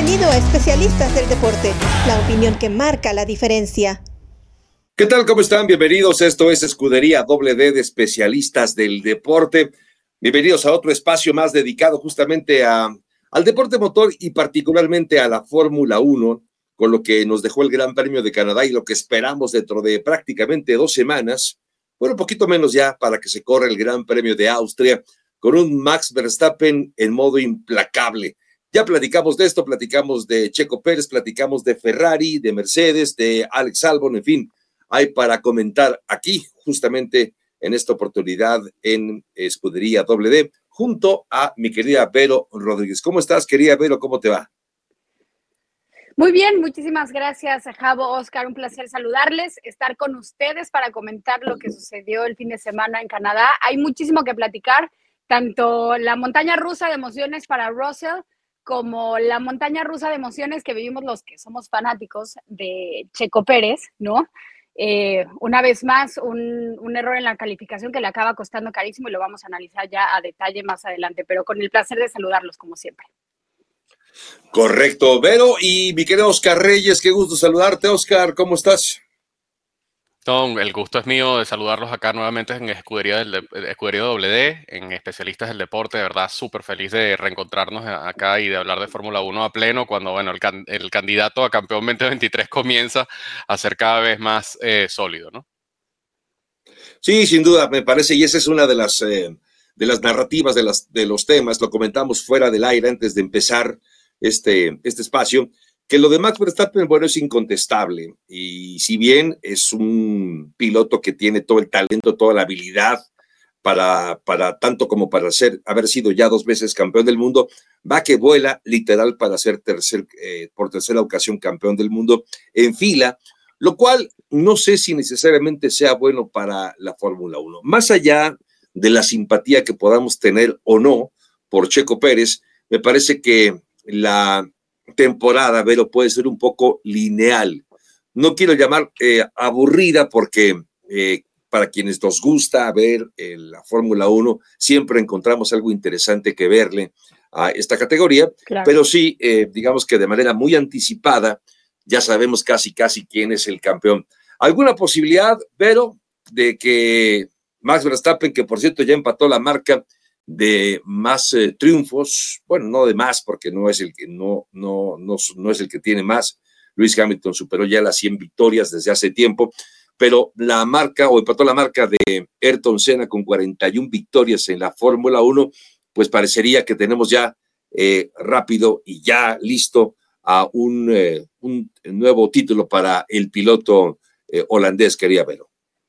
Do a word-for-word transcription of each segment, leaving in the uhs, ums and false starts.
Bienvenido a Especialistas del Deporte, la opinión que marca la diferencia. ¿Qué tal? ¿Cómo están? Bienvenidos. Esto es Escudería Doble D de Especialistas del Deporte. Bienvenidos a otro espacio más dedicado justamente a, al deporte motor y particularmente a la Fórmula uno, con lo que nos dejó el Gran Premio de Canadá y lo que esperamos dentro de prácticamente dos semanas, bueno, un poquito menos ya para que se corra el Gran Premio de Austria, con un Max Verstappen en modo implacable. Ya platicamos de esto, platicamos de Checo Pérez, platicamos de Ferrari, de Mercedes, de Alex Albon, en fin, hay para comentar aquí, justamente en esta oportunidad en Escudería Doble D, junto a mi querida Vero Rodríguez. ¿Cómo estás, querida Vero? ¿Cómo te va? Muy bien, muchísimas gracias, Javo, Oscar, un placer saludarles, estar con ustedes para comentar lo que sucedió el fin de semana en Canadá. Hay muchísimo que platicar, tanto la montaña rusa de emociones para Russell, como la montaña rusa de emociones que vivimos los que somos fanáticos de Checo Pérez, ¿no? Eh, una vez más, un, un error en la calificación que le acaba costando carísimo y lo vamos a analizar ya a detalle más adelante, pero con el placer de saludarlos como siempre. Correcto, Vero, y mi querido Oscar Reyes, qué gusto saludarte, Oscar, ¿cómo estás? Tom, el gusto es mío de saludarlos acá nuevamente en Escudería, del de, Escudería Doble D, en Especialistas del Deporte. De verdad, súper feliz de reencontrarnos acá y de hablar de Fórmula uno a pleno cuando bueno, el, can, el candidato a campeón veinte veintitrés comienza a ser cada vez más eh, sólido, ¿no? Sí, sin duda, me parece, y esa es una de las, eh, de las narrativas de, las, de los temas, lo comentamos fuera del aire antes de empezar este, este espacio, que lo de Max Verstappen, bueno, es incontestable, y si bien es un piloto que tiene todo el talento, toda la habilidad para, para tanto como para ser, haber sido ya dos veces campeón del mundo, va que vuela literal para ser tercer, eh, por tercera ocasión campeón del mundo en fila, lo cual no sé si necesariamente sea bueno para la Fórmula uno. Más allá de la simpatía que podamos tener o no por Checo Pérez, me parece que la temporada, Vero, puede ser un poco lineal. No quiero llamar eh, aburrida porque eh, para quienes nos gusta ver eh, la Fórmula uno, siempre encontramos algo interesante que verle a esta categoría, claro. Pero sí, eh, digamos que de manera muy anticipada, ya sabemos casi, casi quién es el campeón. ¿Alguna posibilidad, Vero, de que Max Verstappen, que por cierto ya empató la marca de más eh, triunfos, bueno, no de más, porque no es el que no, no, no, no es el que tiene más, Lewis Hamilton superó ya las cien victorias desde hace tiempo, pero la marca, o empató la marca de Ayrton Senna con cuarenta y una victorias en la Fórmula uno, pues parecería que tenemos ya eh, rápido y ya listo a un, eh, un nuevo título para el piloto eh, holandés, quería verlo.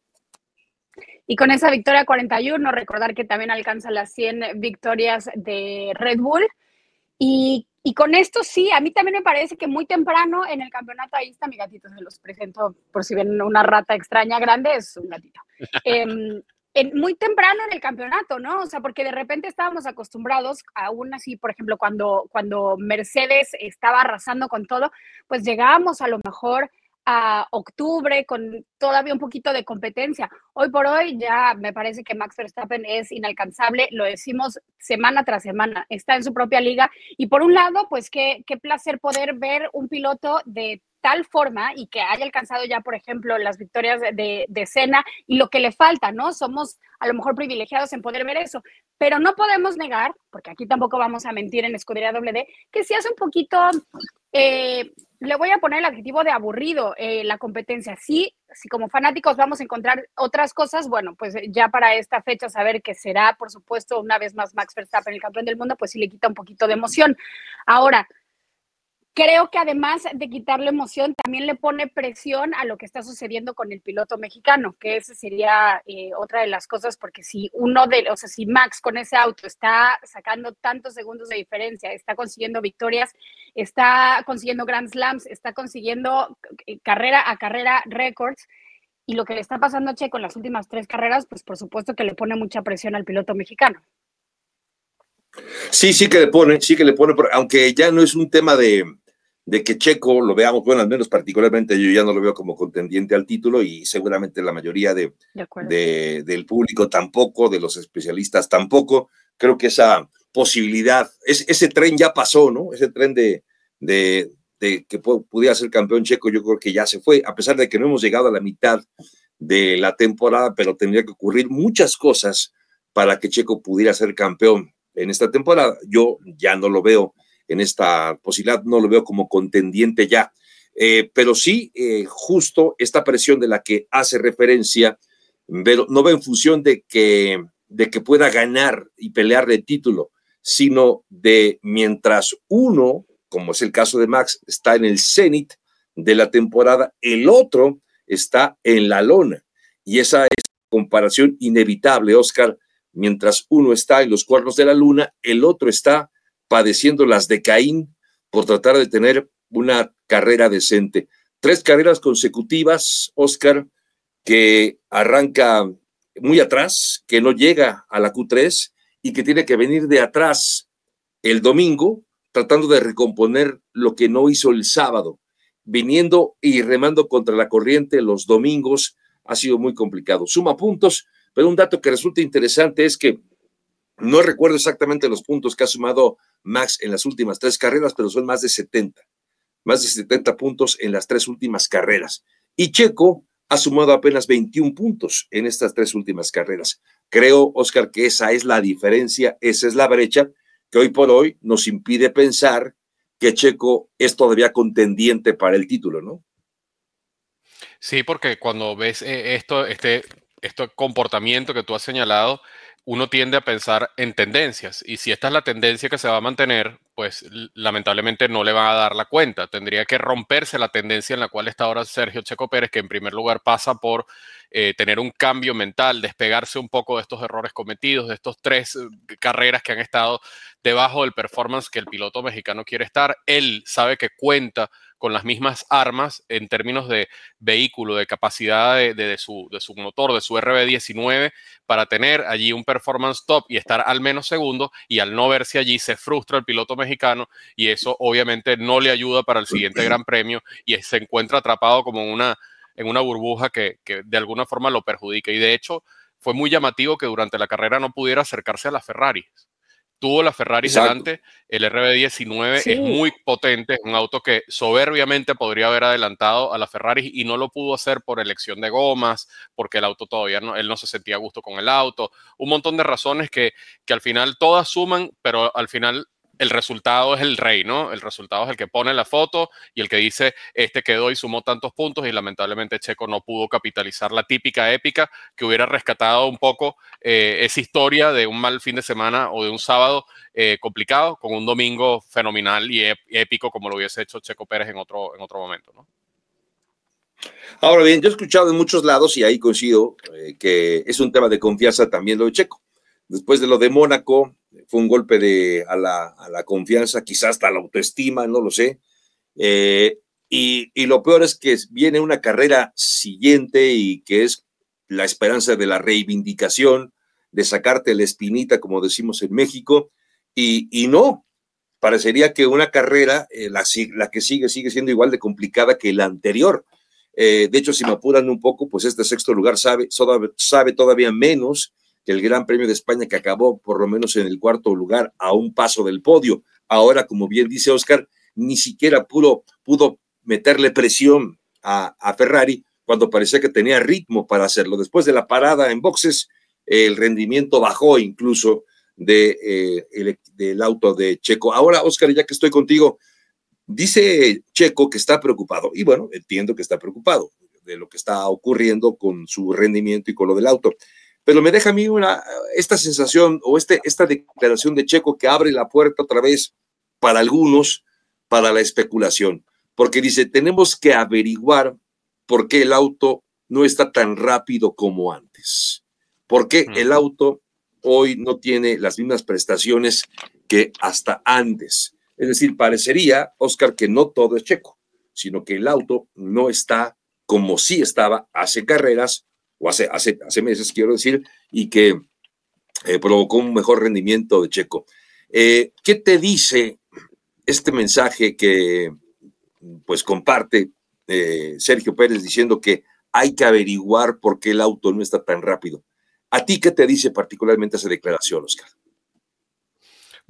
Y con esa victoria cuarenta y uno, recordar que también alcanza las cien victorias de Red Bull. Y, y con esto sí, a mí también me parece que muy temprano en el campeonato, ahí está mi gatito, se los presento por si ven una rata extraña grande, es un gatito. Eh, en, muy temprano en el campeonato, ¿no? O sea, porque de repente estábamos acostumbrados, aún así, por ejemplo, cuando, cuando Mercedes estaba arrasando con todo, pues llegábamos a lo mejor a octubre con todavía un poquito de competencia. Hoy por hoy ya me parece que Max Verstappen es inalcanzable, lo decimos semana tras semana, está en su propia liga y por un lado, pues qué, qué placer poder ver un piloto de tal forma y que haya alcanzado ya, por ejemplo, las victorias de, de, de Senna y lo que le falta, ¿no? Somos a lo mejor privilegiados en poder ver eso, pero no podemos negar, porque aquí tampoco vamos a mentir en Escudería Doble D, que sí hace un poquito... Eh, le voy a poner el adjetivo de aburrido, eh, la competencia. Sí, si como fanáticos vamos a encontrar otras cosas, bueno, pues ya para esta fecha saber que será, por supuesto, una vez más Max Verstappen el campeón del mundo, pues sí le quita un poquito de emoción. Ahora, creo que además de quitarle emoción, también le pone presión a lo que está sucediendo con el piloto mexicano, que esa sería eh, otra de las cosas, porque si uno de, o sea, si Max con ese auto está sacando tantos segundos de diferencia, está consiguiendo victorias, está consiguiendo Grand Slams, está consiguiendo carrera a carrera récords, y lo que le está pasando a Checo en las últimas tres carreras, pues por supuesto que le pone mucha presión al piloto mexicano. Sí, sí que le pone, sí que le pone, aunque ya no es un tema de, de que Checo lo veamos, bueno, al menos particularmente yo ya no lo veo como contendiente al título y seguramente la mayoría de, de, de del público tampoco, de los especialistas tampoco. Creo que esa posibilidad, es, ese tren ya pasó, ¿no? Ese tren de, de, de que pudiera ser campeón Checo, yo creo que ya se fue, a pesar de que no hemos llegado a la mitad de la temporada, pero tendría que ocurrir muchas cosas para que Checo pudiera ser campeón en esta temporada. Yo ya no lo veo en esta posibilidad, no lo veo como contendiente ya. Eh, pero sí, eh, justo esta presión de la que hace referencia, pero no va en función de que, de que pueda ganar y pelear el título, sino de mientras uno, como es el caso de Max, está en el cenit de la temporada, el otro está en la lona. Y esa es comparación inevitable, Oscar. Mientras uno está en los cuernos de la luna, el otro está padeciendo las de Caín por tratar de tener una carrera decente. Tres carreras consecutivas, Oscar, que arranca muy atrás, que no llega a la Q tres y que tiene que venir de atrás el domingo, tratando de recomponer lo que no hizo el sábado. Viniendo y remando contra la corriente los domingos ha sido muy complicado. Suma puntos, pero un dato que resulta interesante es que no recuerdo exactamente los puntos que ha sumado Max en las últimas tres carreras, pero son más de setenta. Más de setenta puntos en las tres últimas carreras. Y Checo ha sumado apenas veintiún puntos en estas tres últimas carreras. Creo, Oscar, que esa es la diferencia, esa es la brecha que hoy por hoy nos impide pensar que Checo es todavía contendiente para el título, ¿no? Sí, porque cuando ves eh, esto, este, este comportamiento que tú has señalado, uno tiende a pensar en tendencias, y si esta es la tendencia que se va a mantener, pues lamentablemente no le van a dar la cuenta. Tendría que romperse la tendencia en la cual está ahora Sergio Checo Pérez, que en primer lugar pasa por eh, tener un cambio mental, despegarse un poco de estos errores cometidos, de estos tres eh, carreras que han estado debajo del performance que el piloto mexicano quiere estar. Él sabe que cuenta con las mismas armas en términos de vehículo, de capacidad de, de, de, su, de su motor, de su R B diecinueve, para tener allí un performance top y estar al menos segundo, y al no verse allí se frustra el piloto mexicano y eso obviamente no le ayuda para el siguiente Gran Premio y se encuentra atrapado como una, en una burbuja que, que de alguna forma lo perjudica. Y de hecho fue muy llamativo que durante la carrera no pudiera acercarse a la Ferrari. Tuvo la Ferrari delante, el R B diecinueve sí. Es muy potente, es un auto que soberbiamente podría haber adelantado a la Ferrari y no lo pudo hacer por elección de gomas, porque el auto todavía no, él no se sentía a gusto con el auto, un montón de razones que, que al final todas suman, pero al final el resultado es el rey, ¿no? El resultado es el que pone la foto y el que dice, este quedó y sumó tantos puntos, y lamentablemente Checo no pudo capitalizar la típica épica que hubiera rescatado un poco eh, esa historia de un mal fin de semana o de un sábado eh, complicado con un domingo fenomenal y épico como lo hubiese hecho Checo Pérez en otro, en otro momento, ¿no? Ahora bien, yo he escuchado en muchos lados, y ahí coincido, eh, que es un tema de confianza también lo de Checo. Después de lo de Mónaco, fue un golpe de, a, la, a la confianza, quizás hasta la autoestima, no lo sé. Eh, y, y lo peor es que viene una carrera siguiente y que es la esperanza de la reivindicación, de sacarte la espinita, como decimos en México, y, y no, parecería que una carrera, eh, la, la que sigue, sigue siendo igual de complicada que la anterior. Eh, de hecho, si me apuran un poco, pues este sexto lugar sabe, sabe todavía menos que el Gran Premio de España, que acabó por lo menos en el cuarto lugar a un paso del podio. Ahora, como bien dice Oscar, ni siquiera pudo, pudo meterle presión a, a Ferrari cuando parecía que tenía ritmo para hacerlo. Después de la parada en boxes, eh, el rendimiento bajó incluso de, eh, el, del auto de Checo. Ahora, Oscar, ya que estoy contigo, dice Checo que está preocupado, y bueno, entiendo que está preocupado de lo que está ocurriendo con su rendimiento y con lo del auto. Pero me deja a mí una, esta sensación o este, esta declaración de Checo que abre la puerta otra vez para algunos, para la especulación, porque dice, tenemos que averiguar por qué el auto no está tan rápido como antes, por qué uh-huh. el auto hoy no tiene las mismas prestaciones que hasta antes. Es decir, parecería, Oscar, que no todo es Checo, sino que el auto no está como sí estaba hace carreras, o hace, hace, hace meses, quiero decir, y que eh, provocó un mejor rendimiento de Checo. Eh, ¿Qué te dice este mensaje que pues comparte eh, Sergio Pérez diciendo que hay que averiguar por qué el auto no está tan rápido? ¿A ti qué te dice particularmente esa declaración, Oscar?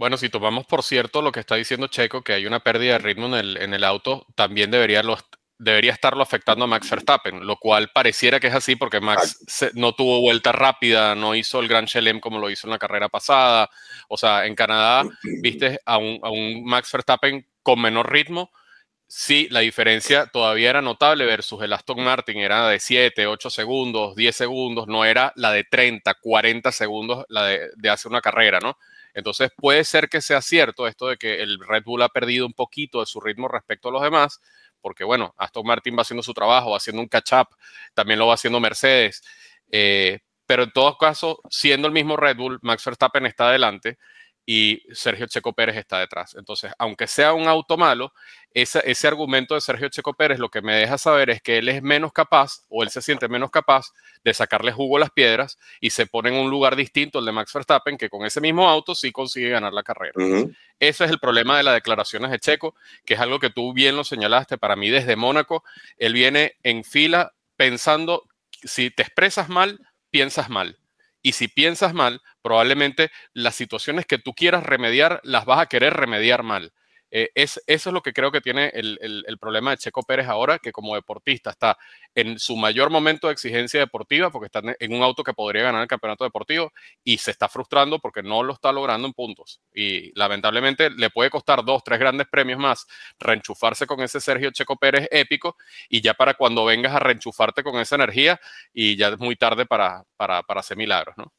Bueno, si tomamos por cierto lo que está diciendo Checo, que hay una pérdida de ritmo en el, en el auto, también debería, lo, debería estarlo afectando a Max Verstappen, lo cual pareciera que es así porque Max se, no tuvo vuelta rápida, no hizo el Grand Chelem como lo hizo en la carrera pasada. O sea, en Canadá viste a un, a un Max Verstappen con menor ritmo. Sí, la diferencia todavía era notable versus el Aston Martin, era de siete, ocho segundos, diez segundos, no era la de treinta, cuarenta segundos la de, de hace una carrera, ¿no? Entonces puede ser que sea cierto esto de que el Red Bull ha perdido un poquito de su ritmo respecto a los demás, porque bueno, Aston Martin va haciendo su trabajo, va haciendo un catch-up, también lo va haciendo Mercedes, eh, pero en todo caso, siendo el mismo Red Bull, Max Verstappen está adelante y Sergio Checo Pérez está detrás. Entonces, aunque sea un auto malo, ese, ese argumento de Sergio Checo Pérez lo que me deja saber es que él es menos capaz, o él se siente menos capaz de sacarle jugo a las piedras y se pone en un lugar distinto al de Max Verstappen, que con ese mismo auto sí consigue ganar la carrera. Uh-huh. Ese es el problema de las declaraciones de Checo, que es algo que tú bien lo señalaste. Para mí, desde Mónaco, él viene en fila pensando, si te expresas mal, piensas mal. Y si piensas mal, probablemente las situaciones que tú quieras remediar, las vas a querer remediar mal. Eh, es, eso es lo que creo que tiene el, el, el problema de Checo Pérez ahora, que como deportista está en su mayor momento de exigencia deportiva, porque está en un auto que podría ganar el campeonato deportivo, y se está frustrando porque no lo está logrando en puntos. Y lamentablemente le puede costar dos, tres grandes premios más reenchufarse con ese Sergio Checo Pérez épico, y ya para cuando vengas a reenchufarte con esa energía, y ya es muy tarde para, para, para hacer milagros, ¿no?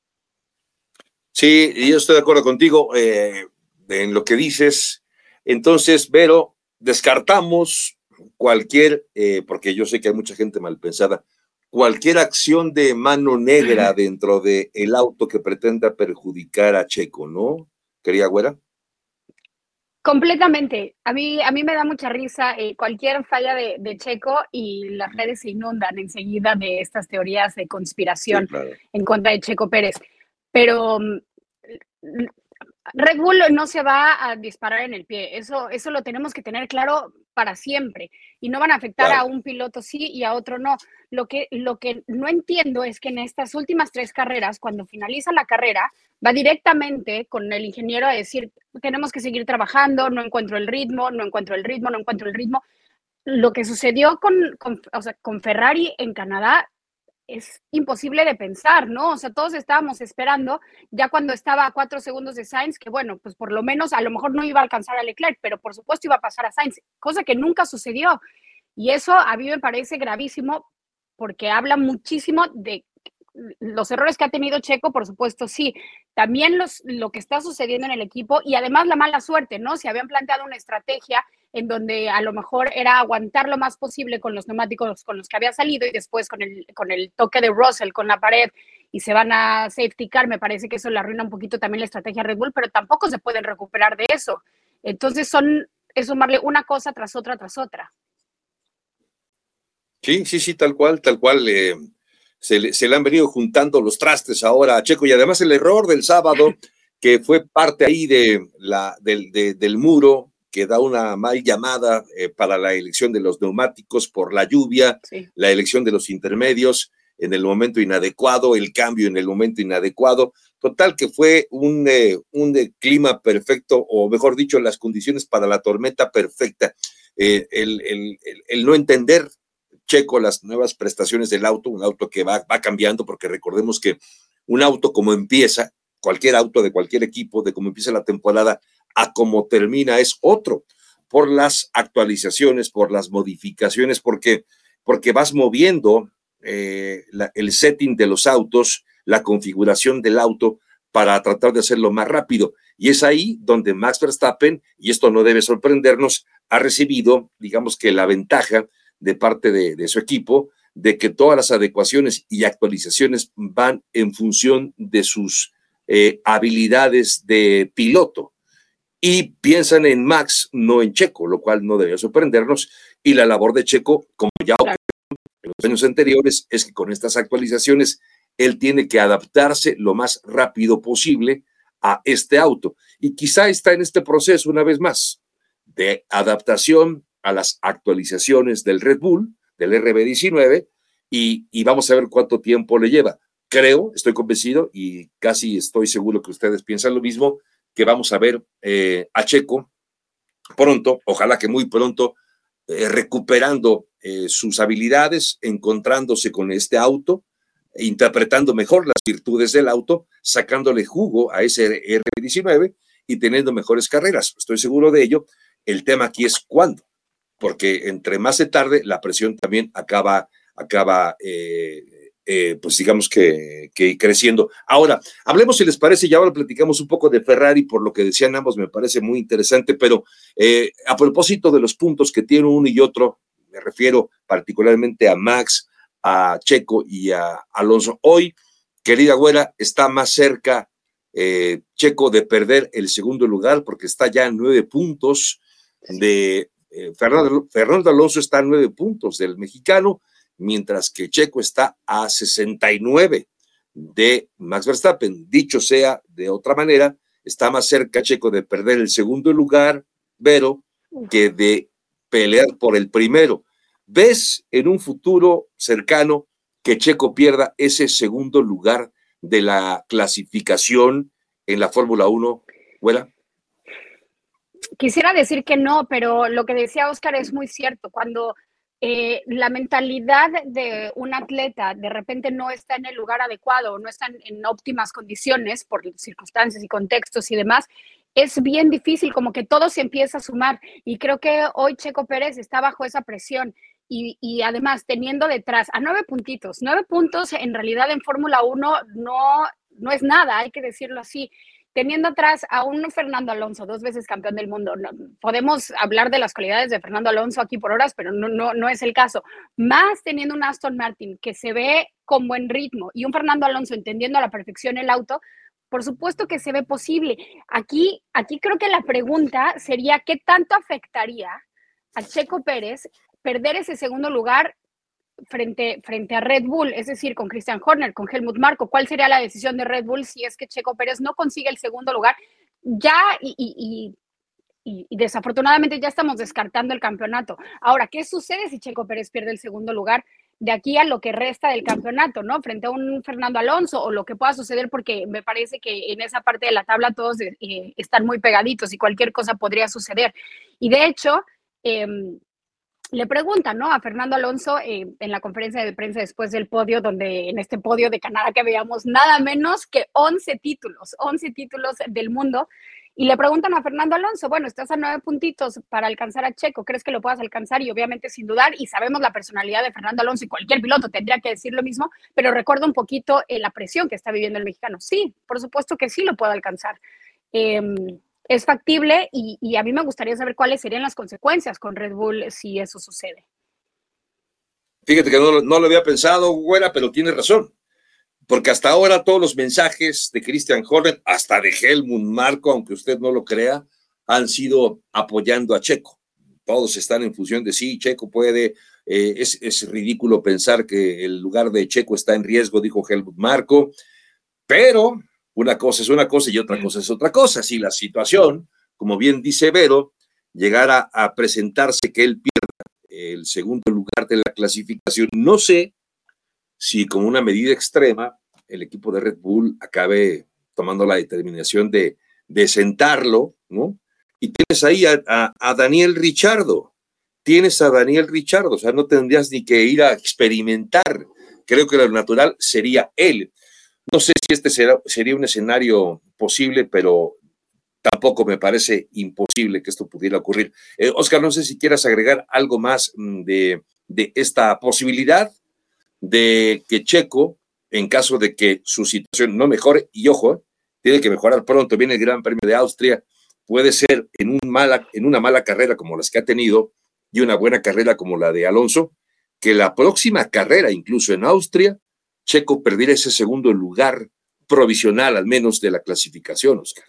Sí, yo estoy de acuerdo contigo eh, en lo que dices. Entonces, Vero, descartamos cualquier, eh, porque yo sé que hay mucha gente mal pensada, cualquier acción de mano negra dentro del auto que pretenda perjudicar a Checo, ¿no? ¿Quería, güera? Completamente. A mí, a mí me da mucha risa eh, cualquier falla de, de Checo y las redes se inundan enseguida de estas teorías de conspiración sí, claro. en contra de Checo Pérez. Pero um, Red Bull no se va a disparar en el pie. Eso, eso lo tenemos que tener claro para siempre. Y no van a afectar claro. a un piloto sí y a otro no. Lo que, lo que no entiendo es que en estas últimas tres carreras, cuando finaliza la carrera, va directamente con el ingeniero a decir, tenemos que seguir trabajando, no encuentro el ritmo, no encuentro el ritmo, no encuentro el ritmo. Lo que sucedió con, con, o sea, con Ferrari en Canadá es imposible de pensar, ¿no? O sea, todos estábamos esperando, ya cuando estaba a cuatro segundos de Sainz, que bueno, pues por lo menos a lo mejor no iba a alcanzar a Leclerc, pero por supuesto iba a pasar a Sainz, cosa que nunca sucedió. Y eso a mí me parece gravísimo porque habla muchísimo de los errores que ha tenido Checo, por supuesto, sí. También los, lo que está sucediendo en el equipo y además la mala suerte, ¿no? Se habían planteado una estrategia en donde a lo mejor era aguantar lo más posible con los neumáticos con los que había salido y después con el, con el toque de Russell con la pared y se van a safety car. Me parece que eso le arruina un poquito también la estrategia Red Bull, pero tampoco se pueden recuperar de eso. Entonces son, es sumarle una cosa tras otra tras otra. Sí, sí, sí, tal cual, tal cual. Eh... Se le, se le han venido juntando los trastes ahora a Checo y además el error del sábado que fue parte ahí de la, del, de, del muro que da una mal llamada eh, para la elección de los neumáticos por la lluvia, sí. La elección de los intermedios en el momento inadecuado, el cambio en el momento inadecuado, total que fue un, eh, un eh, clima perfecto o mejor dicho las condiciones para la tormenta perfecta, eh, el, el, el, el no entender Checo las nuevas prestaciones del auto, un auto que va, va cambiando, porque recordemos que un auto como empieza, cualquier auto de cualquier equipo, de cómo empieza la temporada a cómo termina es otro, por las actualizaciones, por las modificaciones, porque, porque vas moviendo eh, la, el setting de los autos, la configuración del auto para tratar de hacerlo más rápido. Y es ahí donde Max Verstappen, y esto no debe sorprendernos, ha recibido, digamos que la ventaja de parte de, de su equipo, de que todas las adecuaciones y actualizaciones van en función de sus eh, habilidades de piloto. Y piensan en Max, no en Checo, lo cual no debe sorprendernos. Y la labor de Checo, como ya ocurrió en los años anteriores, es que con estas actualizaciones él tiene que adaptarse lo más rápido posible a este auto. Y quizá está en este proceso, una vez más, de adaptación a las actualizaciones del Red Bull, del R B diecinueve, y, y vamos a ver cuánto tiempo le lleva. Creo, estoy convencido y casi estoy seguro que ustedes piensan lo mismo, que vamos a ver eh, a Checo pronto, ojalá que muy pronto, eh, recuperando eh, sus habilidades, encontrándose con este auto, interpretando mejor las virtudes del auto, sacándole jugo a ese R diecinueve y teniendo mejores carreras. Estoy seguro de ello. El tema aquí es cuándo, porque entre más se tarde, la presión también acaba, acaba eh, eh, pues digamos que, que creciendo. Ahora, hablemos, si les parece, ya ahora platicamos un poco de Ferrari, por lo que decían ambos, me parece muy interesante, pero eh, a propósito de los puntos que tiene uno y otro, me refiero particularmente a Max, a Checo y a Alonso. Hoy, querida güera, está más cerca eh, Checo de perder el segundo lugar porque está ya en nueve puntos de eh, Fernando, Fernando Alonso está a nueve puntos del mexicano, mientras que Checo está a sesenta y nueve de Max Verstappen. Dicho sea de otra manera, está más cerca Checo de perder el segundo lugar, pero que de pelear por el primero. ¿Ves en un futuro cercano que Checo pierda ese segundo lugar de la clasificación en la Fórmula uno, güera? Quisiera decir que no, pero lo que decía Oscar es muy cierto. Cuando eh, la mentalidad de un atleta de repente no está en el lugar adecuado, no está en, en óptimas condiciones por circunstancias y contextos y demás, es bien difícil, como que todo se empieza a sumar. Y creo que hoy Checo Pérez está bajo esa presión. Y, y además teniendo detrás a nueve puntitos, nueve puntos en realidad en Fórmula uno no, no es nada, hay que decirlo así. Teniendo atrás a un Fernando Alonso, dos veces campeón del mundo. No, podemos hablar de las cualidades de Fernando Alonso aquí por horas, pero no, no, no es el caso. Más teniendo un Aston Martin que se ve con buen ritmo y un Fernando Alonso entendiendo a la perfección el auto, por supuesto que se ve posible. Aquí, aquí creo que la pregunta sería, ¿qué tanto afectaría a Checo Pérez perder ese segundo lugar frente, frente a Red Bull, es decir, con Christian Horner, con Helmut Marko? ¿Cuál sería la decisión de Red Bull si es que Checo Pérez no consigue el segundo lugar? Ya, y, y, y, y desafortunadamente ya estamos descartando el campeonato. Ahora, ¿qué sucede si Checo Pérez pierde el segundo lugar de aquí a lo que resta del campeonato, ¿no? Frente a un Fernando Alonso o lo que pueda suceder, porque me parece que en esa parte de la tabla todos eh, están muy pegaditos y cualquier cosa podría suceder. Y de hecho, eh, le preguntan, ¿no?, a Fernando Alonso eh, en la conferencia de prensa después del podio, donde en este podio de Canadá que veíamos nada menos que once títulos, once títulos del mundo, y le preguntan a Fernando Alonso, bueno, estás a nueve puntitos para alcanzar a Checo, ¿crees que lo puedas alcanzar? Y obviamente sin dudar, y sabemos la personalidad de Fernando Alonso y cualquier piloto tendría que decir lo mismo, pero recuerda un poquito eh, la presión que está viviendo el mexicano. Sí, por supuesto que sí lo puedo alcanzar. Eh, Es factible y, y a mí me gustaría saber cuáles serían las consecuencias con Red Bull si eso sucede. Fíjate que no, no lo había pensado, güera, pero tienes razón. Porque hasta ahora todos los mensajes de Christian Horner, hasta de Helmut Marko, aunque usted no lo crea, han sido apoyando a Checo. Todos están en función de sí, Checo puede. Eh, es, es ridículo pensar que el lugar de Checo está en riesgo, dijo Helmut Marko. Pero una cosa es una cosa y otra cosa es otra cosa. Si la situación, como bien dice Vero, llegara a presentarse que él pierda el segundo lugar de la clasificación, no sé si como una medida extrema el equipo de Red Bull acabe tomando la determinación de, de sentarlo, ¿no? Y tienes ahí a, a, a Daniel Ricciardo, tienes a Daniel Ricciardo, o sea, no tendrías ni que ir a experimentar. Creo que lo natural sería él. No sé si este será, sería un escenario posible, pero tampoco me parece imposible que esto pudiera ocurrir. Eh, Oscar, no sé si quieras agregar algo más de, de esta posibilidad de que Checo, en caso de que su situación no mejore, y ojo, tiene que mejorar pronto, viene el Gran Premio de Austria, puede ser en, un mala, en una mala carrera como las que ha tenido y una buena carrera como la de Alonso, que la próxima carrera, incluso en Austria, Checo perdiera ese segundo lugar provisional, al menos de la clasificación, Oscar.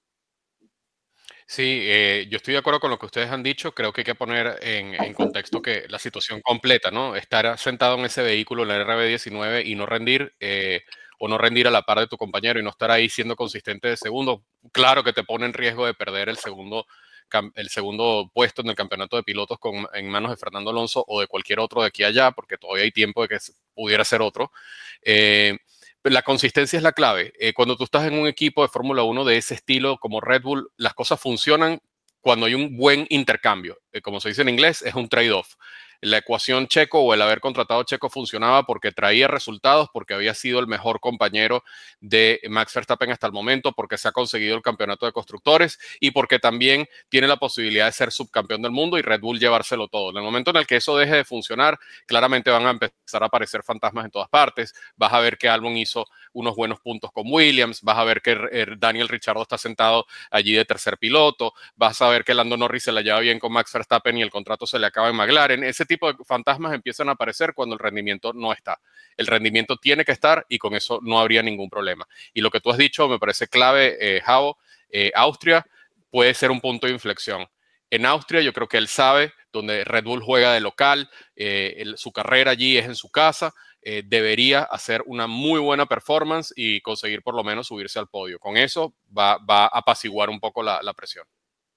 Sí, eh, yo estoy de acuerdo con lo que ustedes han dicho. Creo que hay que poner en, en contexto que la situación completa, ¿no? Estar sentado en ese vehículo, en la R B diecinueve, y no rendir, eh, o no rendir a la par de tu compañero y no estar ahí siendo consistente de segundo, claro que te pone en riesgo de perder el segundo, el segundo puesto en el campeonato de pilotos con, en manos de Fernando Alonso o de cualquier otro de aquí a allá, porque todavía hay tiempo de que pudiera ser otro. Eh, la consistencia es la clave. Eh, cuando tú estás en un equipo de Fórmula uno de ese estilo como Red Bull, las cosas funcionan cuando hay un buen intercambio. Eh, como se dice en inglés, es un trade-off. La ecuación Checo o el haber contratado a Checo funcionaba porque traía resultados, porque había sido el mejor compañero de Max Verstappen hasta el momento, porque se ha conseguido el campeonato de constructores y porque también tiene la posibilidad de ser subcampeón del mundo y Red Bull llevárselo todo. En el momento en el que eso deje de funcionar, claramente van a empezar a aparecer fantasmas en todas partes. Vas a ver que Albon hizo unos buenos puntos con Williams, vas a ver que Daniel Ricciardo está sentado allí de tercer piloto, vas a ver que Lando Norris se la lleva bien con Max Verstappen y el contrato se le acaba en McLaren. Ese tipo de fantasmas empiezan a aparecer cuando el rendimiento no está. El rendimiento tiene que estar y con eso no habría ningún problema. Y lo que tú has dicho me parece clave, eh, Javo. Eh, Austria puede ser un punto de inflexión. En Austria yo creo que él sabe donde Red Bull juega de local, eh, el, su carrera allí es en su casa, eh, debería hacer una muy buena performance y conseguir por lo menos subirse al podio. Con eso va, va a apaciguar un poco la, la presión.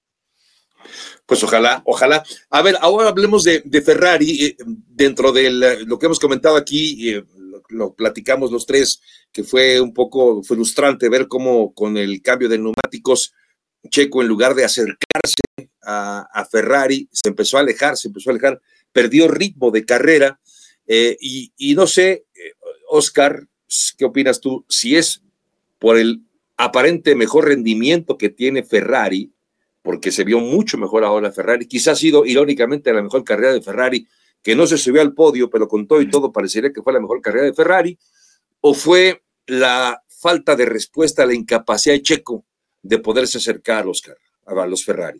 Pues ojalá, ojalá. A ver, ahora hablemos de, de Ferrari. Eh, dentro de la, lo que hemos comentado aquí, eh, lo, lo platicamos los tres, que fue un poco frustrante ver cómo con el cambio de neumáticos, Checo, en lugar de acercarse a, a Ferrari, se empezó a alejar, se empezó a alejar, perdió ritmo de carrera. Eh, y, y no sé, eh, Oscar, ¿qué opinas tú? Si es por el aparente mejor rendimiento que tiene Ferrari, porque se vio mucho mejor ahora Ferrari, quizás ha sido irónicamente la mejor carrera de Ferrari, que no se subió al podio, pero con todo y todo parecería que fue la mejor carrera de Ferrari, o fue la falta de respuesta a la incapacidad de Checo de poderse acercar, Oscar, a los Ferrari.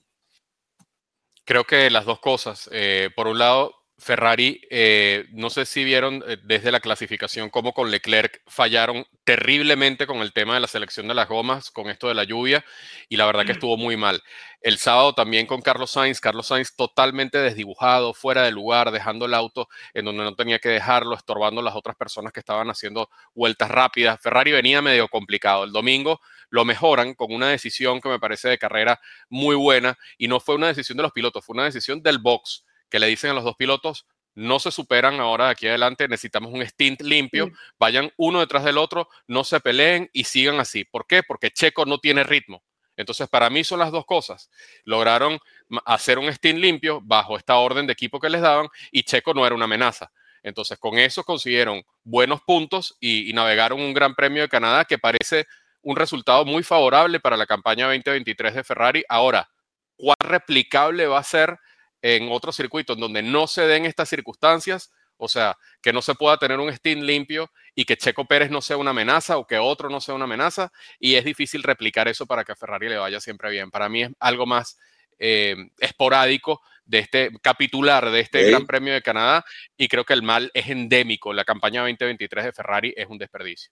Creo que las dos cosas. Eh, por un lado, Ferrari, eh, no sé si vieron eh, desde la clasificación cómo con Leclerc fallaron terriblemente con el tema de la selección de las gomas, con esto de la lluvia, y la verdad que estuvo muy mal. El sábado también con Carlos Sainz, Carlos Sainz totalmente desdibujado, fuera de lugar, dejando el auto en donde no tenía que dejarlo, estorbando a las otras personas que estaban haciendo vueltas rápidas. Ferrari venía medio complicado. El domingo lo mejoran con una decisión que me parece de carrera muy buena, y no fue una decisión de los pilotos, fue una decisión del box, que le dicen a los dos pilotos: no se superan ahora de aquí adelante, necesitamos un stint limpio, vayan uno detrás del otro, no se peleen y sigan así. ¿Por qué? Porque Checo no tiene ritmo. Entonces, para mí son las dos cosas. Lograron hacer un stint limpio bajo esta orden de equipo que les daban y Checo no era una amenaza. Entonces, con eso consiguieron buenos puntos y, y navegaron un Gran Premio de Canadá que parece un resultado muy favorable para la campaña veinte veintitrés de Ferrari. Ahora, ¿cuán replicable va a ser en otros circuitos en donde no se den estas circunstancias? O sea, que no se pueda tener un stint limpio y que Checo Pérez no sea una amenaza o que otro no sea una amenaza, y es difícil replicar eso para que a Ferrari le vaya siempre bien. Para mí es algo más eh, esporádico de este capitular de este ¿Eh? Gran Premio de Canadá, y creo que el mal es endémico. La campaña veinte veintitrés de Ferrari es un desperdicio.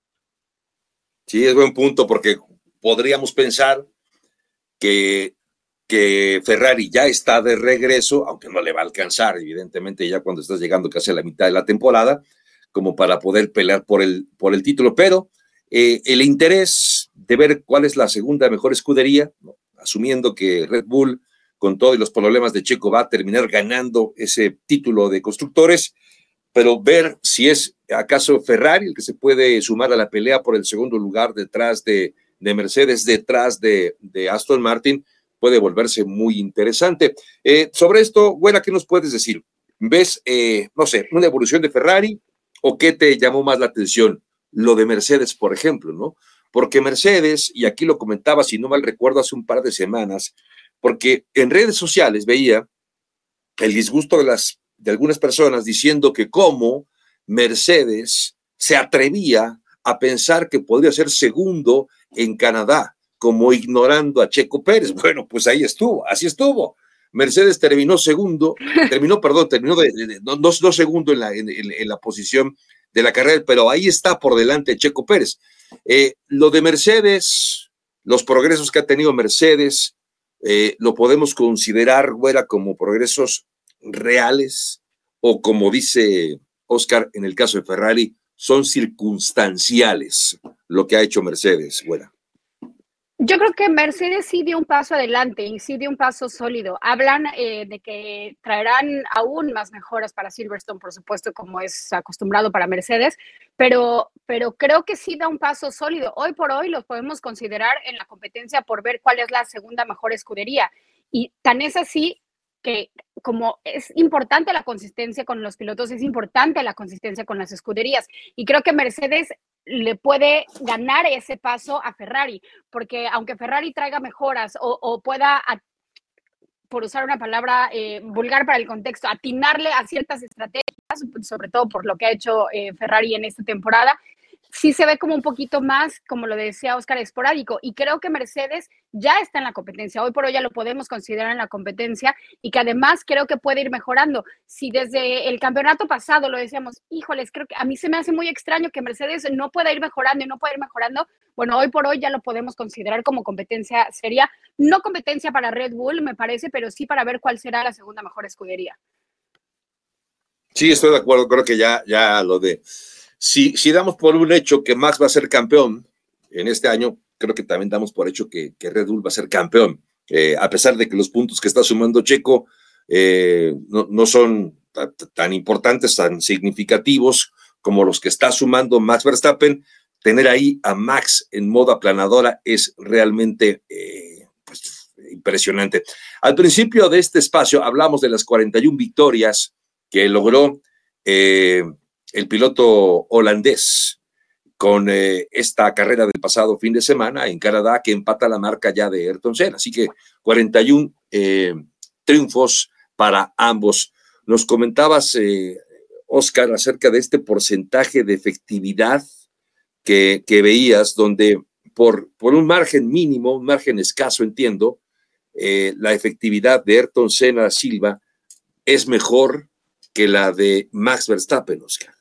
Sí, es buen punto, porque podríamos pensar que que Ferrari ya está de regreso, aunque no le va a alcanzar, evidentemente, ya cuando estás llegando casi a la mitad de la temporada, como para poder pelear por el, por el título, pero eh, el interés de ver cuál es la segunda mejor escudería, ¿no? Asumiendo que Red Bull, con todos los problemas de Checo, va a terminar ganando ese título de constructores, pero ver si es acaso Ferrari el que se puede sumar a la pelea por el segundo lugar detrás de, de Mercedes, detrás de, de Aston Martin, puede volverse muy interesante. Eh, sobre esto, Güera, ¿qué nos puedes decir? ¿Ves, eh, no sé, una evolución de Ferrari o qué te llamó más la atención? Lo de Mercedes, por ejemplo, ¿no? Porque Mercedes, y aquí lo comentaba, si no mal recuerdo, hace un par de semanas, porque en redes sociales veía el disgusto de, las, de algunas personas diciendo que cómo Mercedes se atrevía a pensar que podría ser segundo en Canadá, como ignorando a Checo Pérez. Bueno, pues ahí estuvo, así estuvo. Mercedes terminó segundo, terminó, perdón, terminó de, de, de, no, no segundo en la, en, en la posición de la carrera, pero ahí está por delante Checo Pérez. Eh, lo de Mercedes, los progresos que ha tenido Mercedes, eh, lo podemos considerar, Güera, como progresos reales, o como dice Oscar, en el caso de Ferrari, son circunstanciales lo que ha hecho Mercedes, Güera. Yo creo que Mercedes sí dio un paso adelante y sí dio un paso sólido. Hablan eh, de que traerán aún más mejoras para Silverstone, por supuesto, como es acostumbrado para Mercedes, pero, pero creo que sí da un paso sólido. Hoy por hoy los podemos considerar en la competencia por ver cuál es la segunda mejor escudería. Y tan es así que como es importante la consistencia con los pilotos, es importante la consistencia con las escuderías. Y creo que Mercedes le puede ganar ese paso a Ferrari, porque aunque Ferrari traiga mejoras o, o pueda, a, por usar una palabra eh, vulgar para el contexto, atinarle a ciertas estrategias, sobre todo por lo que ha hecho eh, Ferrari en esta temporada, sí se ve como un poquito más, como lo decía Oscar, esporádico. Y creo que Mercedes ya está en la competencia. Hoy por hoy ya lo podemos considerar en la competencia y que además creo que puede ir mejorando. Si desde el campeonato pasado lo decíamos, híjoles, creo que a mí se me hace muy extraño que Mercedes no pueda ir mejorando y no pueda ir mejorando. Bueno, hoy por hoy ya lo podemos considerar como competencia seria. No competencia para Red Bull, me parece, pero sí para ver cuál será la segunda mejor escudería. Sí, estoy de acuerdo. Creo que ya, ya lo de... Si, si damos por un hecho que Max va a ser campeón en este año, creo que también damos por hecho que, que Red Bull va a ser campeón, eh, a pesar de que los puntos que está sumando Checo eh, no, no son tan importantes, tan significativos como los que está sumando Max Verstappen. Tener ahí a Max en modo aplanadora es realmente eh, pues, impresionante. Al principio de este espacio hablamos de las cuarenta y una victorias que logró eh, el piloto holandés con eh, esta carrera del pasado fin de semana en Canadá, que empata la marca ya de Ayrton Senna. Así que cuarenta y uno eh, triunfos para ambos. Nos comentabas, eh, Oscar, acerca de este porcentaje de efectividad que, que veías, donde por, por un margen mínimo, un margen escaso, entiendo, eh, la efectividad de Ayrton Senna Silva es mejor que la de Max Verstappen, Oscar.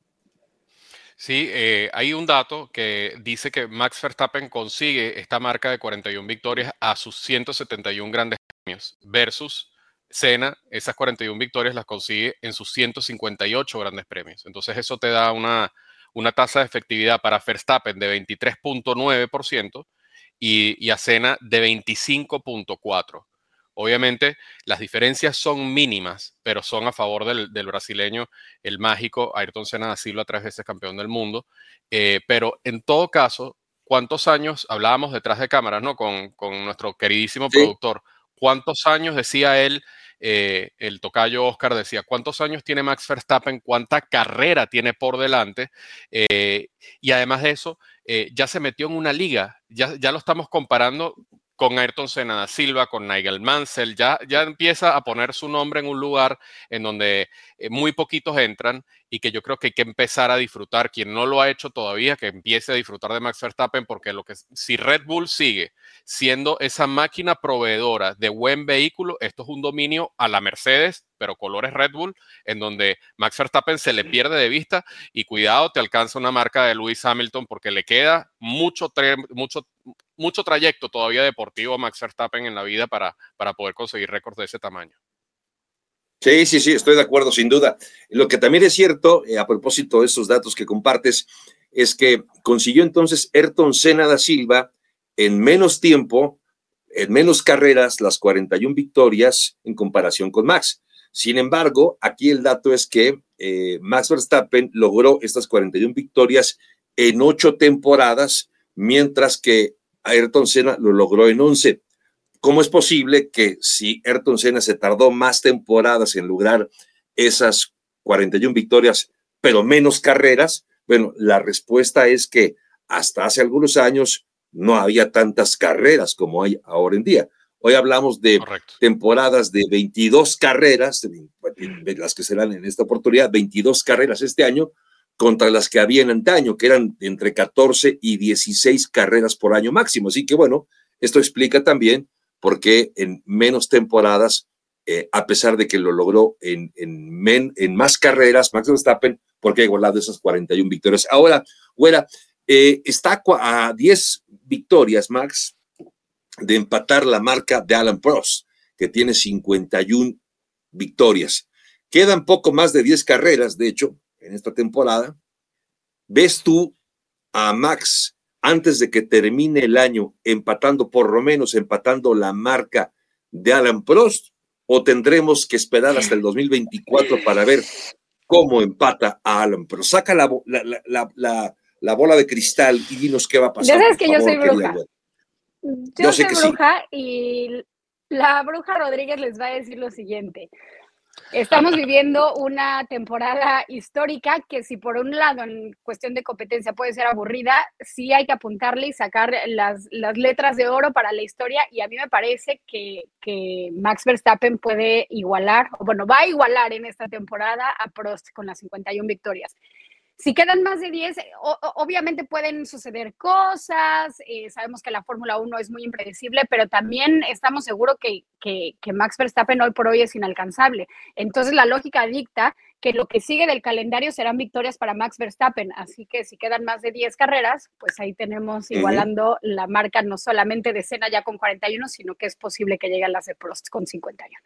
Sí, eh, hay un dato que dice que Max Verstappen consigue esta marca de cuarenta y una victorias a sus ciento setenta y uno grandes premios versus Senna, esas cuarenta y una victorias las consigue en sus ciento cincuenta y ocho grandes premios. Entonces eso te da una, una tasa de efectividad para Verstappen de veintitrés punto nueve por ciento y, y a Senna de veinticinco punto cuatro por ciento. Obviamente las diferencias son mínimas, pero son a favor del, del brasileño, el mágico Ayrton Senna da Silva, tres veces campeón del mundo. Eh, pero en todo caso, ¿cuántos años, hablábamos detrás de cámaras, ¿no? Con, con nuestro queridísimo Sí. productor, ¿cuántos años decía él, eh, el tocayo Oscar decía, cuántos años tiene Max Verstappen, cuánta carrera tiene por delante? Eh, y además de eso, eh, ya se metió en una liga, ya, ya lo estamos comparando con Ayrton Senna da Silva, con Nigel Mansell, ya, ya empieza a poner su nombre en un lugar en donde eh, muy poquitos entran y que yo creo que hay que empezar a disfrutar. Quien no lo ha hecho todavía, que empiece a disfrutar de Max Verstappen, porque lo que, si Red Bull sigue siendo esa máquina proveedora de buen vehículo, esto es un dominio a la Mercedes, pero colores Red Bull, en donde Max Verstappen se le pierde de vista y cuidado, te alcanza una marca de Lewis Hamilton porque le queda mucho, mucho, mucho trayecto todavía deportivo a Max Verstappen en la vida para, para poder conseguir récords de ese tamaño. Sí, sí, sí, estoy de acuerdo, sin duda. Lo que también es cierto, eh, a propósito de esos datos que compartes, es que consiguió entonces Ayrton Senna da Silva en menos tiempo, en menos carreras, las cuarenta y una victorias en comparación con Max. Sin embargo, aquí el dato es que eh, Max Verstappen logró estas cuarenta y una victorias en ocho temporadas, mientras que Ayrton Senna lo logró en once. ¿Cómo es posible que si Ayrton Senna se tardó más temporadas en lograr esas cuarenta y una victorias, pero menos carreras? Bueno, la respuesta es que hasta hace algunos años no había tantas carreras como hay ahora en día. Hoy hablamos de Correcto. temporadas de veintidós carreras, de las que serán en esta oportunidad, veintidós carreras este año, contra las que había en antaño, que eran entre catorce y dieciséis carreras por año máximo. Así que bueno, esto explica también porque en menos temporadas, eh, a pesar de que lo logró en, en, men, en más carreras, Max Verstappen, porque ha igualado esas cuarenta y una victorias. Ahora, Güera, eh, está a diez victorias, Max, de empatar la marca de Alain Prost, que tiene cincuenta y una victorias. Quedan poco más de diez carreras, de hecho, en esta temporada. ¿Ves tú a Max antes de que termine el año empatando, por lo menos empatando la marca de Alain Prost, o tendremos que esperar hasta el dos mil veinticuatro para ver cómo empata a Alain Prost? Saca la, la, la, la, la bola de cristal y dinos qué va a pasar. Ya sabes que por yo favor, soy querida bruja. Güera. Yo, Yo sé soy que sí. bruja y la bruja Rodríguez les va a decir lo siguiente. Estamos viviendo una temporada histórica que si por un lado en cuestión de competencia puede ser aburrida, sí hay que apuntarle y sacar las, las letras de oro para la historia, y a mí me parece que, que Max Verstappen puede igualar, o bueno, va a igualar en esta temporada a Prost con las cincuenta y una victorias. Si quedan más de diez, o, obviamente pueden suceder cosas, eh, sabemos que la Fórmula uno es muy impredecible, pero también estamos seguros que, que, que Max Verstappen hoy por hoy es inalcanzable. Entonces la lógica dicta que lo que sigue del calendario serán victorias para Max Verstappen, así que si quedan más de diez carreras, pues ahí tenemos igualando uh-huh. la marca no solamente de Senna ya con cuarenta y uno, sino que es posible que llegue a las de Prost con cincuenta y uno.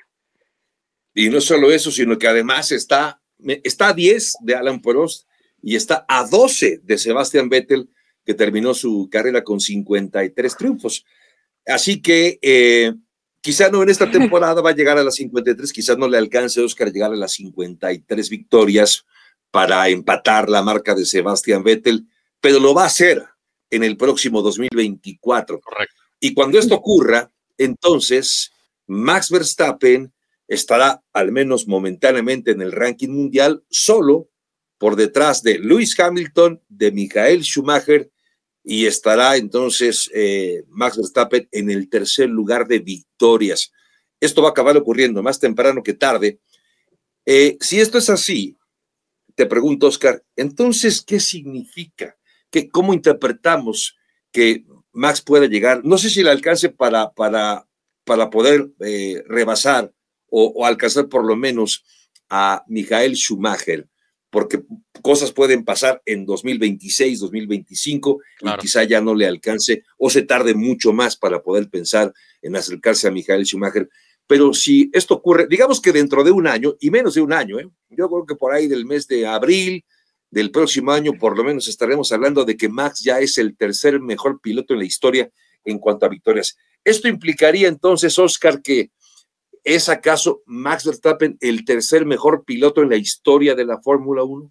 Y no solo eso, sino que además está, está a diez de Alan Prost, y está a doce de Sebastian Vettel, que terminó su carrera con cincuenta y tres triunfos. Así que eh, quizá no en esta temporada va a llegar a las cincuenta y tres, quizás no le alcance a Oscar llegar a las cincuenta y tres victorias para empatar la marca de Sebastian Vettel, pero lo va a hacer en el próximo dos mil veinticuatro. Correcto. Y cuando esto ocurra, entonces Max Verstappen estará al menos momentáneamente en el ranking mundial solo por detrás de Lewis Hamilton, de Michael Schumacher, y estará entonces eh, Max Verstappen en el tercer lugar de victorias. Esto va a acabar ocurriendo más temprano que tarde. Eh, si esto es así, te pregunto, Oscar, entonces, ¿qué significa? ¿Qué, ¿Cómo interpretamos que Max pueda llegar? No sé si le alcance para, para, para poder eh, rebasar o, o alcanzar por lo menos a Michael Schumacher, porque cosas pueden pasar en dos mil veintiséis, dos mil veinticinco, claro, y quizá ya no le alcance o se tarde mucho más para poder pensar en acercarse a Michael Schumacher. Pero si esto ocurre, digamos que dentro de un año, y menos de un año, ¿eh? Yo creo que por ahí del mes de abril del próximo año, por lo menos estaremos hablando de que Max ya es el tercer mejor piloto en la historia en cuanto a victorias. Esto implicaría entonces, Oscar, que ¿es acaso Max Verstappen el tercer mejor piloto en la historia de la Fórmula uno?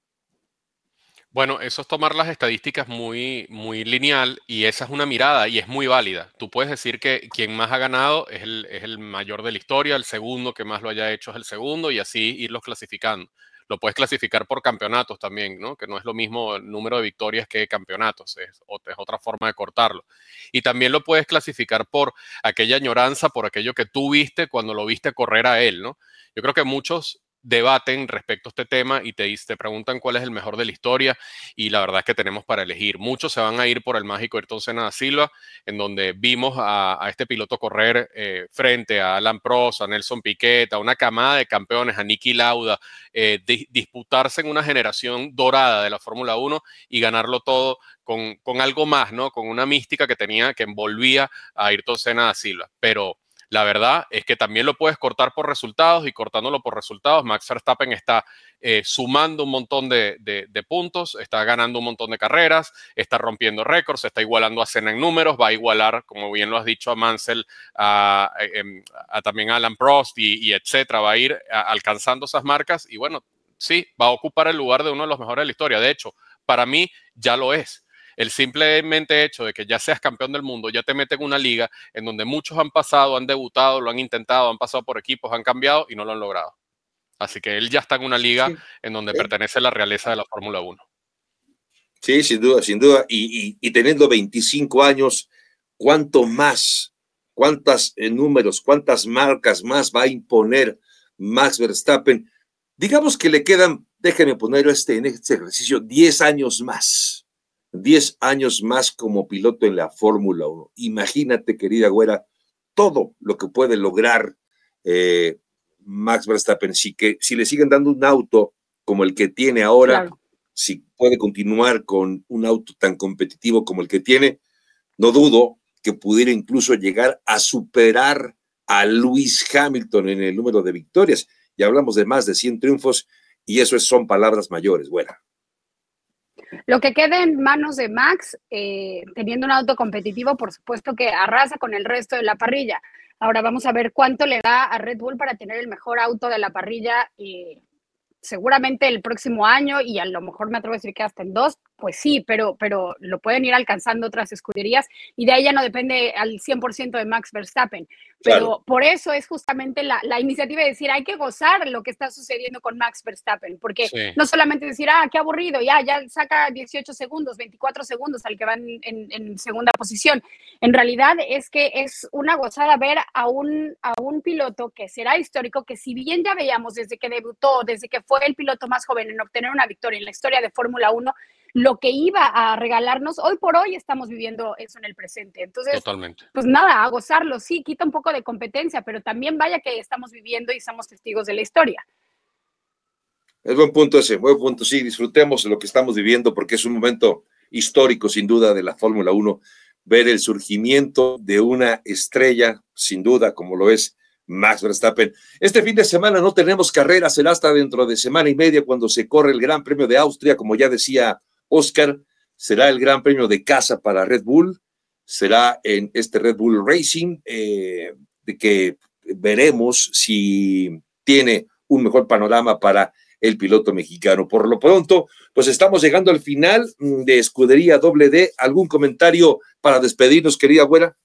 Bueno, eso es tomar las estadísticas muy, muy lineal, y esa es una mirada y es muy válida. Tú puedes decir que quien más ha ganado es el, es el mayor de la historia, el segundo que más lo haya hecho es el segundo, y así irlos clasificando. Lo puedes clasificar por campeonatos también, ¿no? Que no es lo mismo el número de victorias que campeonatos, es, es otra forma de cortarlo. Y también lo puedes clasificar por aquella añoranza, por aquello que tú viste cuando lo viste correr a él, ¿no? Yo creo que muchos debaten respecto a este tema y te, te preguntan cuál es el mejor de la historia, y la verdad es que tenemos para elegir. Muchos se van a ir por el mágico Ayrton Senna da Silva, en donde vimos a, a este piloto correr eh, frente a Alan Prost, a Nelson Piquet, a una camada de campeones, a Niki Lauda, eh, di, disputarse en una generación dorada de la Fórmula uno y ganarlo todo con, con algo más, ¿no? Con una mística que tenía, que envolvía a Ayrton Senna da Silva. Pero la verdad es que también lo puedes cortar por resultados, y cortándolo por resultados, Max Verstappen está eh, sumando un montón de, de, de puntos, está ganando un montón de carreras, está rompiendo récords, está igualando a Senna en números, va a igualar, como bien lo has dicho, a Mansell, a, a, a también a Alan Prost y, y etcétera, va a ir a, alcanzando esas marcas, y bueno, sí, va a ocupar el lugar de uno de los mejores de la historia. De hecho, para mí ya lo es. El simplemente hecho de que ya seas campeón del mundo ya te mete en una liga en donde muchos han pasado, han debutado, lo han intentado, han pasado por equipos, han cambiado y no lo han logrado. Así que él ya está en una liga sí, en donde sí. pertenece a la realeza de la Fórmula uno. Sí, sin duda, sin duda. Y, y, y teniendo veinticinco años, ¿cuánto más, cuántos eh, números, cuántas marcas más va a imponer Max Verstappen? Digamos que le quedan, déjenme poner este, en este ejercicio, diez años más. diez años más como piloto en la Fórmula uno. Imagínate, querida Güera, todo lo que puede lograr eh, Max Verstappen. Si, que, si le siguen dando un auto como el que tiene ahora, claro, si puede continuar con un auto tan competitivo como el que tiene, no dudo que pudiera incluso llegar a superar a Lewis Hamilton en el número de victorias. Y hablamos de más de cien triunfos, y eso es, son palabras mayores, Güera. Lo que quede en manos de Max, eh, teniendo un auto competitivo, por supuesto que arrasa con el resto de la parrilla. Ahora vamos a ver cuánto le da a Red Bull para tener el mejor auto de la parrilla, eh, seguramente el próximo año, y a lo mejor me atrevo a decir que hasta en dos, pues sí, pero, pero lo pueden ir alcanzando otras escuderías y de ahí ya no depende al cien por ciento de Max Verstappen. Pero Claro. por eso es justamente la, la iniciativa de decir, hay que gozar lo que está sucediendo con Max Verstappen, porque Sí. no solamente decir, ah, qué aburrido, ya, ya saca dieciocho segundos, veinticuatro segundos al que va en, en, en segunda posición. En realidad es que es una gozada ver a un, a un piloto que será histórico, que si bien ya veíamos desde que debutó, desde que fue el piloto más joven en obtener una victoria en la historia de Fórmula uno, lo que iba a regalarnos, hoy por hoy estamos viviendo eso en el presente. Entonces, Totalmente. pues nada, a gozarlo, sí, quita un poco de competencia, pero también vaya que estamos viviendo y somos testigos de la historia. Es buen punto ese, buen punto, sí, disfrutemos de lo que estamos viviendo porque es un momento histórico sin duda de la Fórmula uno, ver el surgimiento de una estrella, sin duda, como lo es Max Verstappen. Este fin de semana no tenemos carrera, será hasta dentro de semana y media cuando se corre el Gran Premio de Austria, como ya decía Oscar, será el Gran Premio de casa para Red Bull, será en este Red Bull Racing, eh, de que veremos si tiene un mejor panorama para el piloto mexicano. Por lo pronto, pues estamos llegando al final de Escudería Doble D. ¿Algún comentario para despedirnos, querida güera?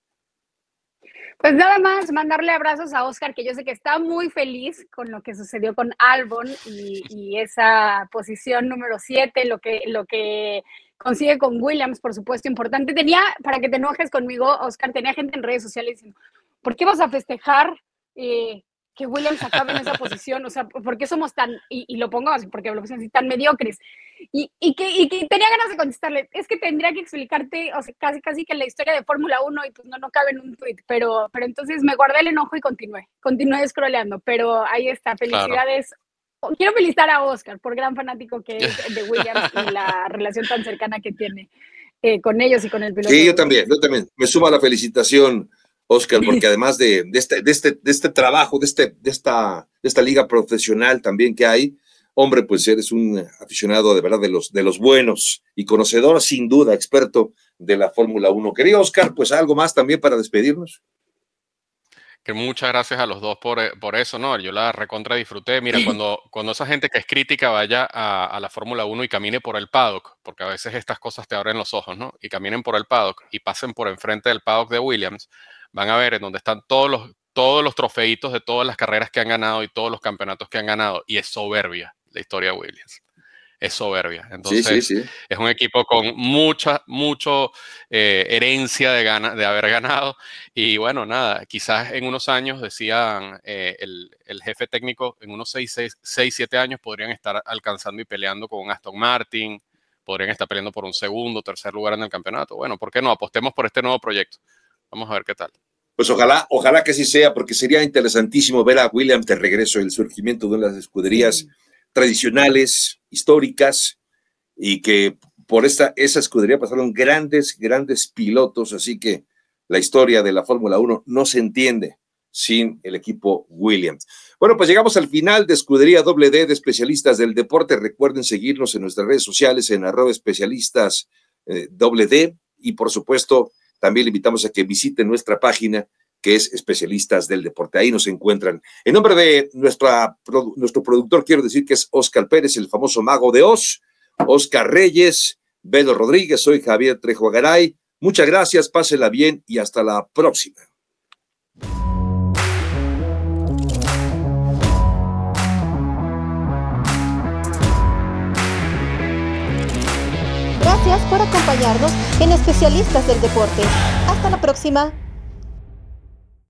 Pues nada más mandarle abrazos a Oscar, que yo sé que está muy feliz con lo que sucedió con Albon y, y esa posición número siete, lo que, lo que consigue con Williams, por supuesto, importante. Tenía, para que te enojes conmigo, Oscar, tenía gente en redes sociales diciendo, ¿por qué vas a festejar eh, que Williams acabe en esa posición? O sea, ¿por qué somos tan, y, y lo pongo así, porque lo puse así, tan mediocres? Y, y, que, y que tenía ganas de contestarle, es que tendría que explicarte, o sea, casi, casi que la historia de Fórmula uno y pues no, no cabe en un tweet, pero, pero entonces me guardé el enojo y continué, continué scrolleando, pero ahí está, felicidades. Claro. Quiero felicitar a Oscar por gran fanático que es de Williams y la relación tan cercana que tiene eh, con ellos y con el piloto. Sí, yo también, yo también, me suma la felicitación, Oscar, porque además de, de, este, de, este, de este trabajo, de, este, de, esta, de esta liga profesional también que hay, hombre, pues eres un aficionado de verdad de los, de los buenos y conocedor, sin duda, experto de la Fórmula uno. Querido Oscar, pues algo más también para despedirnos. Que muchas gracias a los dos por, por eso, ¿no? Yo la recontra disfruté. Mira, cuando, cuando esa gente que es crítica vaya a, a la Fórmula uno y camine por el paddock, porque a veces estas cosas te abren los ojos, ¿no? Y caminen por el paddock y pasen por enfrente del paddock de Williams, van a ver en donde están todos los, todos los trofeitos de todas las carreras que han ganado y todos los campeonatos que han ganado, y es soberbia la historia de Williams. Es soberbia. Entonces, sí, sí, sí. es un equipo con mucha, mucho eh, herencia de, gana, de haber ganado. Y bueno, nada, quizás en unos años, decían eh, el, el jefe técnico, en unos seis, siete años podrían estar alcanzando y peleando con Aston Martin, podrían estar peleando por un segundo, tercer lugar en el campeonato. Bueno, ¿por qué no? Apostemos por este nuevo proyecto. Vamos a ver qué tal. Pues ojalá, ojalá que sí sea, porque sería interesantísimo ver a Williams de regreso, el surgimiento de unas escuderías sí. tradicionales, históricas, y que por esta, esa escudería pasaron grandes, grandes pilotos, así que la historia de la Fórmula uno no se entiende sin el equipo Williams. Bueno, pues llegamos al final de Escudería Doble D de Especialistas del Deporte. Recuerden seguirnos en nuestras redes sociales en arroba especialistas eh, doble D, y por supuesto también le invitamos a que visiten nuestra página, que es Especialistas del Deporte. Ahí nos encuentran. En nombre de nuestra, nuestro productor, quiero decir que es Oscar Pérez, el famoso mago de Oz, Oscar Reyes, Beto Rodríguez, soy Javier Trejo Garay. Muchas gracias, pásela bien y hasta la próxima. Gracias por acompañarnos en Especialistas del Deporte. Hasta la próxima.